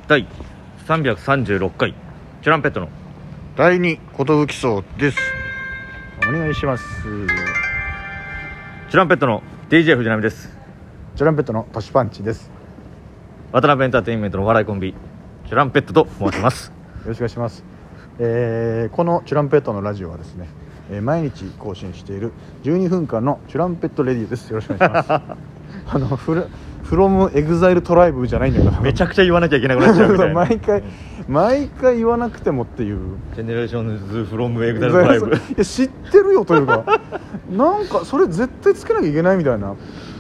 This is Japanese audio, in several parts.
第336回チュランペットの第2寿荘です。お願いします。 チュランペットの DJ 藤波です。 チュランペットのトシパンチです。 渡辺エンターテインメントの笑いコンビチュランペットと申します。 よろしくお願いします。このチュランペットのラジオはですね、毎日更新している12分間のチュランペットレディオです。よろしくお願いしますフロムエグザイルトライブじゃないんだけどめちゃくちゃ言わなきゃいけなくなっちゃうみたいな毎回言わなくてもっていうジェネレーションズフロムエグザイルトライブいや知ってるよというかなんかそれ絶対つけなきゃいけないみたいな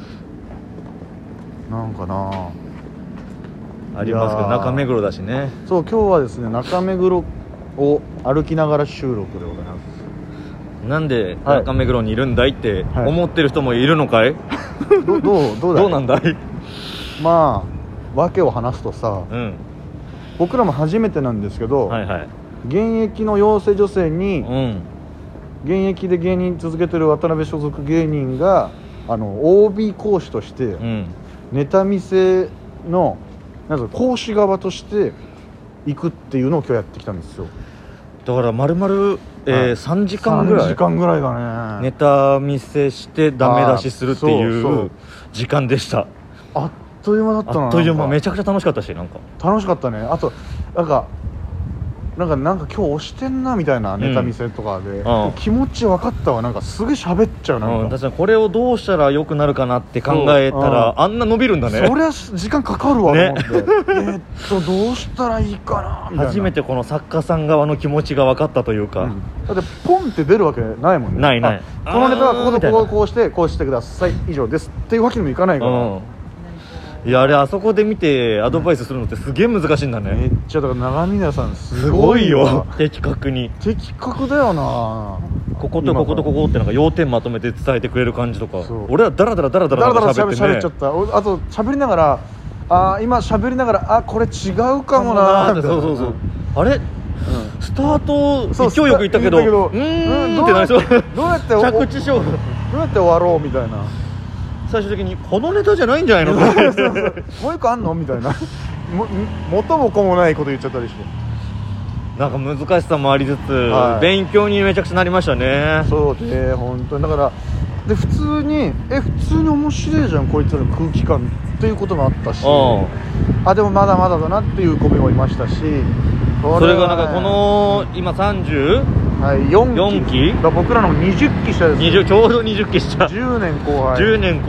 なんかなありますけど中目黒だしね。 そう今日はですね中目黒を歩きながら収録でございます。 なんで中目黒にいるんだいって思ってる人もいるのかい、 どうなんだい。 まあ訳を話すとさ、僕らも初めてなんですけど、現役の養成女性に、現役で芸人続けてる渡辺所属芸人がOB 講師として、ネタ見せのなんか講師側として行くっていうのを今日やってきたんですよ。 だから丸々、3時間ぐらい 3時間ぐらいだね。 ネタ見せしてダメ出しするっていう時間でした。 あっという間だったな。 あっという間。めちゃくちゃ楽しかったし、なんか楽しかったね。あとなんか今日押してんなみたいなネタ見せとかで、気持ち分かったわ。なんかすげえ喋っちゃう。なんか確かにこれをどうしたら良くなるかなって考えたらあんな伸びるんだね。 そりゃ時間かかるわと思ってどうしたらいいかなみたいな。初めてこの作家さん側の気持ちが分かったというか、 だってポンって出るわけないもんね。 ないこのネタはここでこうしてください以上ですっていうわけにもいかないから、いやあそこで見てアドバイスするのってすげえ難しいんだね。 めっちゃだから長峰さんすごいよ。的確だよな。こことこことここってなんか要点まとめて伝えてくれる感じとか、俺はダラダラ喋っちゃった。あと喋りながら今喋りながらこれ違うかもなって。 そうあれスタート勢いよくいったけどってなりそう。 どうやって着地しよう、 どうやって終わろうみたいな。 最終的にこのネタじゃないんじゃないのもう一個あんのみたいな元も子もないこと言っちゃったりして、 なんか難しさもありつつ、勉強にめちゃくちゃなりましたね。 そうで本当にだからで普通に面白いじゃんこいつらの空気感っていうこともあったし、でもまだまだだなっていう子もいましたし、 それがなんかこの今34期、 僕らの20期下です。 ちょうど20期下。 10年後輩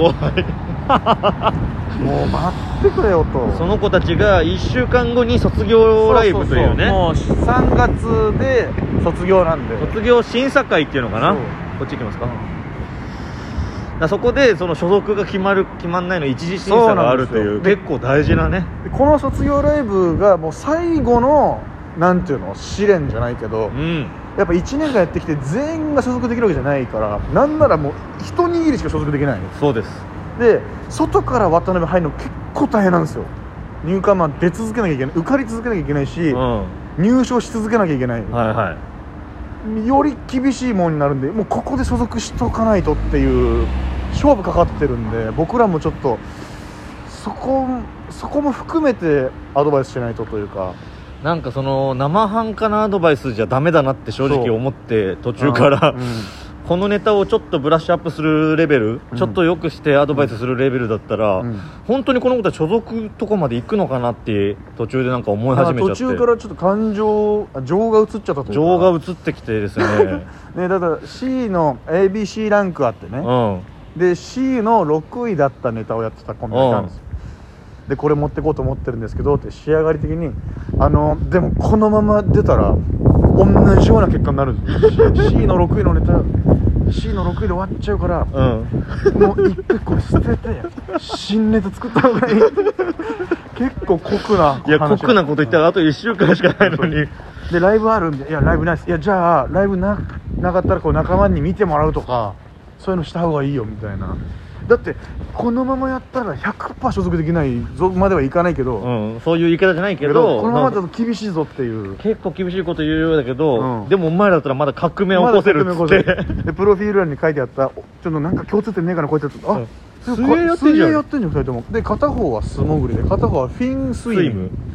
もう待ってくれよと。その子たちが1週間後に卒業ライブというね。 もう3月で卒業なんで、 卒業審査会っていうのかな。こっち行きますか。そこでその所属が決まんないの一次審査があるという結構大事なね。 この卒業ライブがもう最後のなんていうの試練じゃないけど、やっぱ1年間やってきて全員が所属できるわけじゃないから、なんならもう一握りしか所属できない。 そうです。 で外から渡辺入るの結構大変なんですよ。入管マン出続けなきゃいけない、受かり続けなきゃいけないし、入賞し続けなきゃいけない、より厳しいものになるんで、もうここで所属しとかないとっていう勝負かかってるんで、僕らもちょっとそこも含めてアドバイスしないとというか、 なんかその生半可なアドバイスじゃダメだなって正直思って、途中からこのネタをちょっとブラッシュアップするレベル、ちょっと良くしてアドバイスするレベルだったら、本当にこの子たち所属とこまで行くのかなって途中でなんか思い始めちゃって、 途中からちょっと情が移っちゃったというか、 情が移ってきてですねだから C の ABC ランクあってね、で C の6位だったネタをやってたコンビがいたんですよ。でこれ持ってこうと思ってるんですけどって仕上がり的にでもこのまま出たら同じような結果になるんですよ。C の6位のネタ C の6位で終わっちゃうから、もう一回これ捨てて新ネタ作った方がいい結構酷なこと言ったらあと1週間しかないのにでライブあるんで、いやライブないです、いやじゃあライブなかったらこう仲間に見てもらうとかそういうのした方がいいよみたいな。だってこのままやったら 100% 所属できないぞまではいかないけど、 そういう言い方じゃないけど、 このままだと厳しいぞっていう、 結構厳しいこと言うようだけど、でもお前らだったらまだ革命を起こせるっつってでプロフィール欄に書いてあった、ちょっとなんか共通点ねえかなこいつ水泳やってんじゃん 2人とも。で片方は素潜りで片方はフィンスイム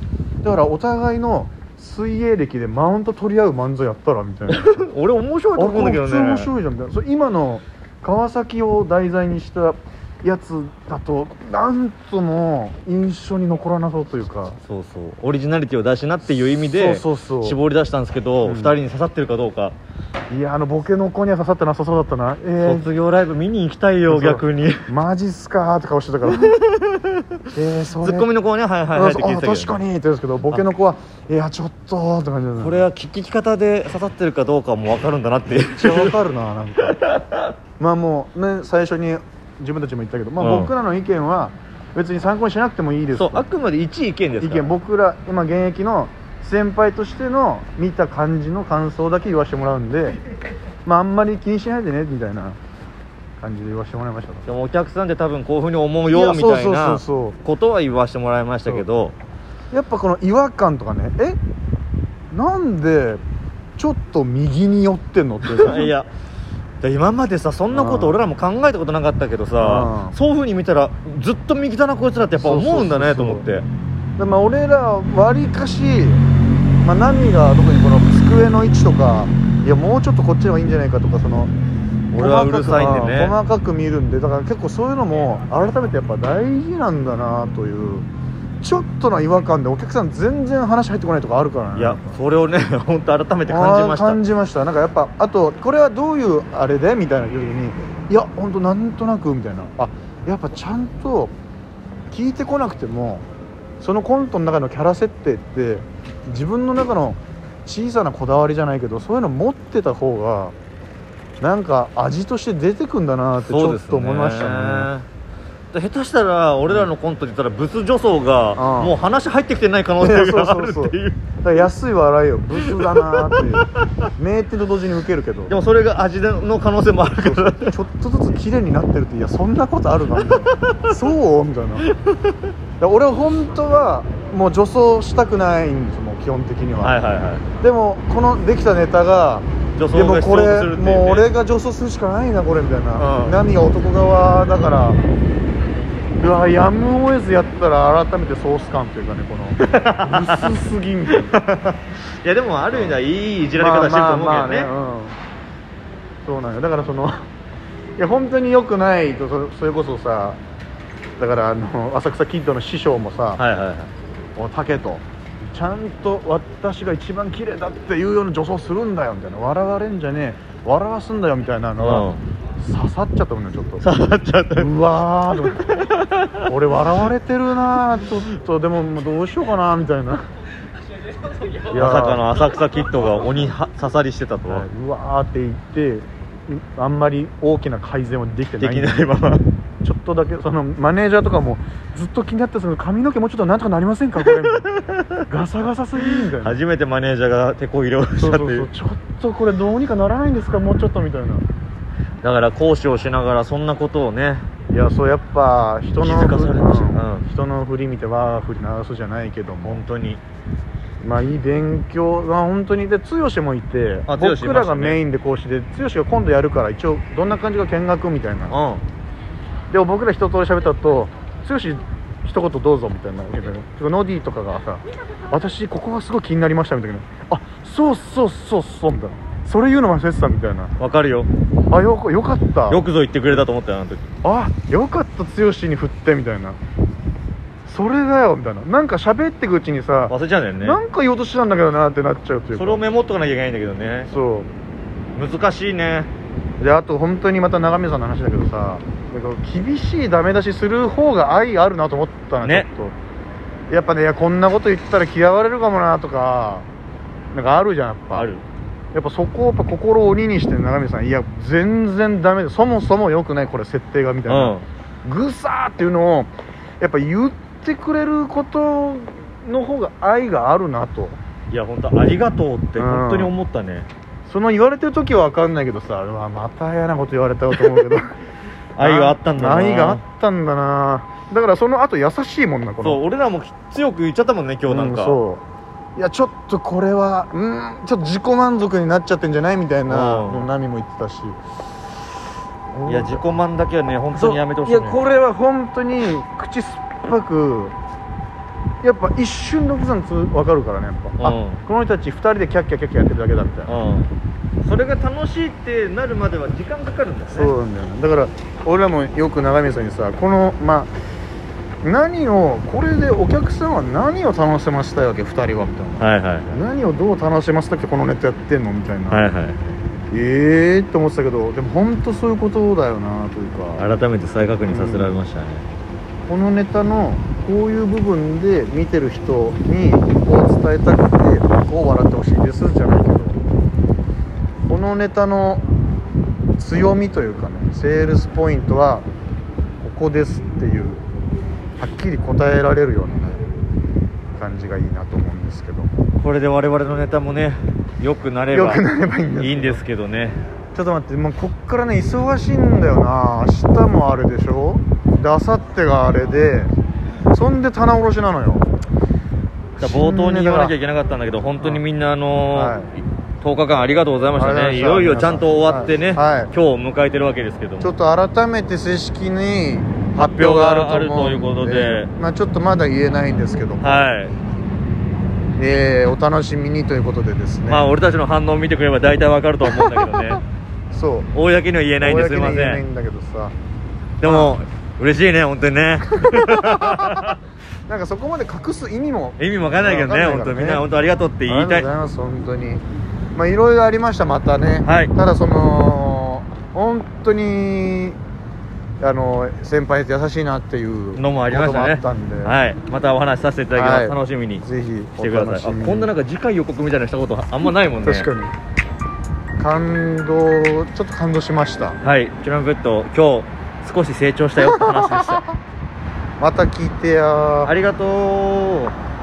だからお互いの水泳歴でマウント取り合う漫才やったらみたいな俺面白いと思うんだけどね。 あ、これ普通面白いじゃんみたいな。そう今の川崎を題材にしたやつだとなんとも印象に残らなそうというか、 そうそう、オリジナリティを出しなっていう意味でそう絞り出したんですけど、 うん 2人に刺さってるかどうか。 いやボケの子には刺さってなさそうだったな。 卒業ライブ見に行きたいよ逆に。 マジっすかーって顔してたからそれツッコミの子はね、はいはいはいって聞いてたけど、 確かにって言うんですけど、ボケの子はいやちょっとって感じだ。 これは聞き方で刺さってるかどうかも分かるんだなって。 めっちゃわかるな。なんかまあもうね、最初に自分たちも言ったけど、まあ、僕らの意見は別に参考にしなくてもいいです。 そう、あくまで一意見ですから。 僕ら今現役の先輩としての見た感じの感想だけ言わせてもらうんで、まああんまり気にしないでねみたいな感じで言わせてもらいました。 でもお客さんで多分こういう風に思うよみたいなことは言わせてもらいましたけど、 やっぱこの違和感とかね、なんでちょっと右に寄ってんのっていや今までさそんなこと俺らも考えたことなかったけどさ、そういう風に見たらずっと右だなこいつらってやっぱ思うんだねと思って。 で、まあ、俺らわりかし、まあ、ナミが特にこの机の位置とか、いやもうちょっとこっちの方がいいんじゃないかとか、その俺はうるさいんでね、 細かく見るんで、だから結構そういうのも改めてやっぱ大事なんだなという、ちょっとの違和感でお客さん全然話入ってこないとかあるからね。 いやそれをね本当改めて感じました。 なんかやっぱあとこれはどういうあれでみたいな時に、いや本当なんとなくみたいな、やっぱちゃんと聞いてこなくてもそのコントの中のキャラ設定って自分の中の小さなこだわりじゃないけど、そういうの持ってた方がなんか味として出てくんだなってちょっと思いましたね。 下手したら俺らのコントで言ったらブス女装がもう話入ってきてない可能性があるっていう。 だから安い笑いよ、ブスだなっていう名店と同時に受けるけど、 でもそれが味の可能性もあるからちょっとずつ綺麗になってるって、いやそんなことあるなみたいなそうみたいな。俺は本当はもう女装したくないんですもん基本的には。 はいはいはい。 でもこのできたネタが女装が必要とするっていう、ね、 もう俺が女装するしかないなこれみたいな、何が男側だから、うわやむを得ずやったら改めてソース感というかね、この薄すぎみたいな。 いやでもある意味ではいいいじられ方してると思うけどね。 そうなんよ。だからそのいや本当に良くないと、それこそさ、だから浅草キッドの師匠もさ、おたけとちゃんと私が一番綺麗だっていうような女装するんだよみたいな、笑われんじゃねえ笑わすんだよみたいなのが刺さっちゃったもんね。ちょっと刺さっちゃった。 うわー俺笑われてるなちょっと、でももうどうしようかなみたいな。 まさかの浅草キッドが鬼刺さりしてたとは、 うわーって言ってあんまり大きな改善はできてない。 できないままちょっとだけそのマネージャーとかもずっと気になってたの、髪の毛もうちょっとなんとかなりませんかこれみたいなガサガサすぎみたいな。 初めてマネージャーが手こ入れをしたっていう。 ちょっとこれどうにかならないんですかもうちょっとみたいな。 だから講師をしながらそんなことをね、 いやそうやっぱ人の気づかされました、 人の振り見てわー振り直すじゃないけども、 本当にまあいい勉強が本当にで、剛もいて、僕らがメインで講師で、剛が今度やるから一応どんな感じか見学みたいな、でも僕ら一通り喋った後、剛一言どうぞみたいな、ノディとかがさ、私ここがすごい気になりましたみたいな、そうそうそうそうみたいな、それ言うの忘れてたみたいな。 わかるよ。 よかった、 よくぞ言ってくれたと思ったよあの時。 よかった、剛に振ってみたいな、それだよみたいな。なんか喋っていくうちにさ忘れちゃうんだよね。 なんか言おうとしてたんだけどなってなっちゃうというか、 それをメモっとかなきゃいけないんだけどね。そう難しいね。 であと本当にまた長宮さんの話だけどさ、厳しいダメ出しする方が愛あるなと思ったの、ね、ちょっとやっぱね、こんなこと言ったら嫌われるかもなとかなんかあるじゃん。やっぱある。やっぱそこをやっぱ心を鬼にして長宮さん、いや全然ダメだ、そもそも良くないこれ設定がみたいな、グサーっていうのをやっぱ言ってくれることの方が愛があるなと。 いや本当ありがとうって本当に思ったね。 その言われてる時は分かんないけどさ、また嫌なこと言われたよと思うけど愛があったんだな。 愛があったんだな。だからその後優しいもんな、この。 そう俺らも強く言っちゃったもんね今日なんか、 そういやちょっとこれはちょっと自己満足になっちゃってんじゃないみたいなナミも言ってたし、 いや自己満だけはね本当にやめてほしいね。 いやこれは本当に口酸っぱくやっぱ一瞬で奥さん分かるからね、やっぱ、あ、この人たち2人でキャッキャキャッキャやってるだけだみたいな、 それが楽しいってなるまでは時間かかるんだよね。 そうなんだよね。だから俺らもよく長見さんにさ、この何をこれでお客さんは何を楽しませたいわけ、2人はみたいな、何をどう楽しませたくてこのネタやってんのみたいな、って思ってたけど、でも本当そういうことだよなというか、 改めて再確認させられましたね、 このネタのこういう部分で見てる人にこう伝えたくてこう笑ってほしいですじゃないけど、このネタの強みというかね、セールスポイントはここですっていうはっきり答えられるようなね感じがいいなと思うんですけど、 これで我々のネタもね良くなればいいんですけどね。 ちょっと待って、もうこっからね忙しいんだよな。明日もあれでしょ、で明後日があれで、そんで棚卸しなのよ。 冒頭に言わなきゃいけなかったんだけど、本当にみんな10日間ありがとうございましたね。いよいよちゃんと終わってね、今日を迎えてるわけですけども、 ちょっと改めて正式に発表があるということで、ちょっとまだ言えないんですけども、お楽しみにということでですね、 俺たちの反応を見てくれば大体わかると思うんだけどねそう公には言えないんですいません。 言えないんだけどさ、 でも嬉しいね本当にねなんかそこまで隠す意味もわかんないけどね、本当にみんな本当ありがとうって言いたい。 ありがとうございます本当に。いろいろありましたまたね、ただその本当に先輩って優しいなっていうのもありましたね。またお話しさせていただきます、楽しみにぜひしてください。こんななんか次回予告みたいなしたことあんまないもんね。 確かにちょっと感動しました。 チュランペット今日少し成長したよって話でしたまた聞いてや。 ありがとう。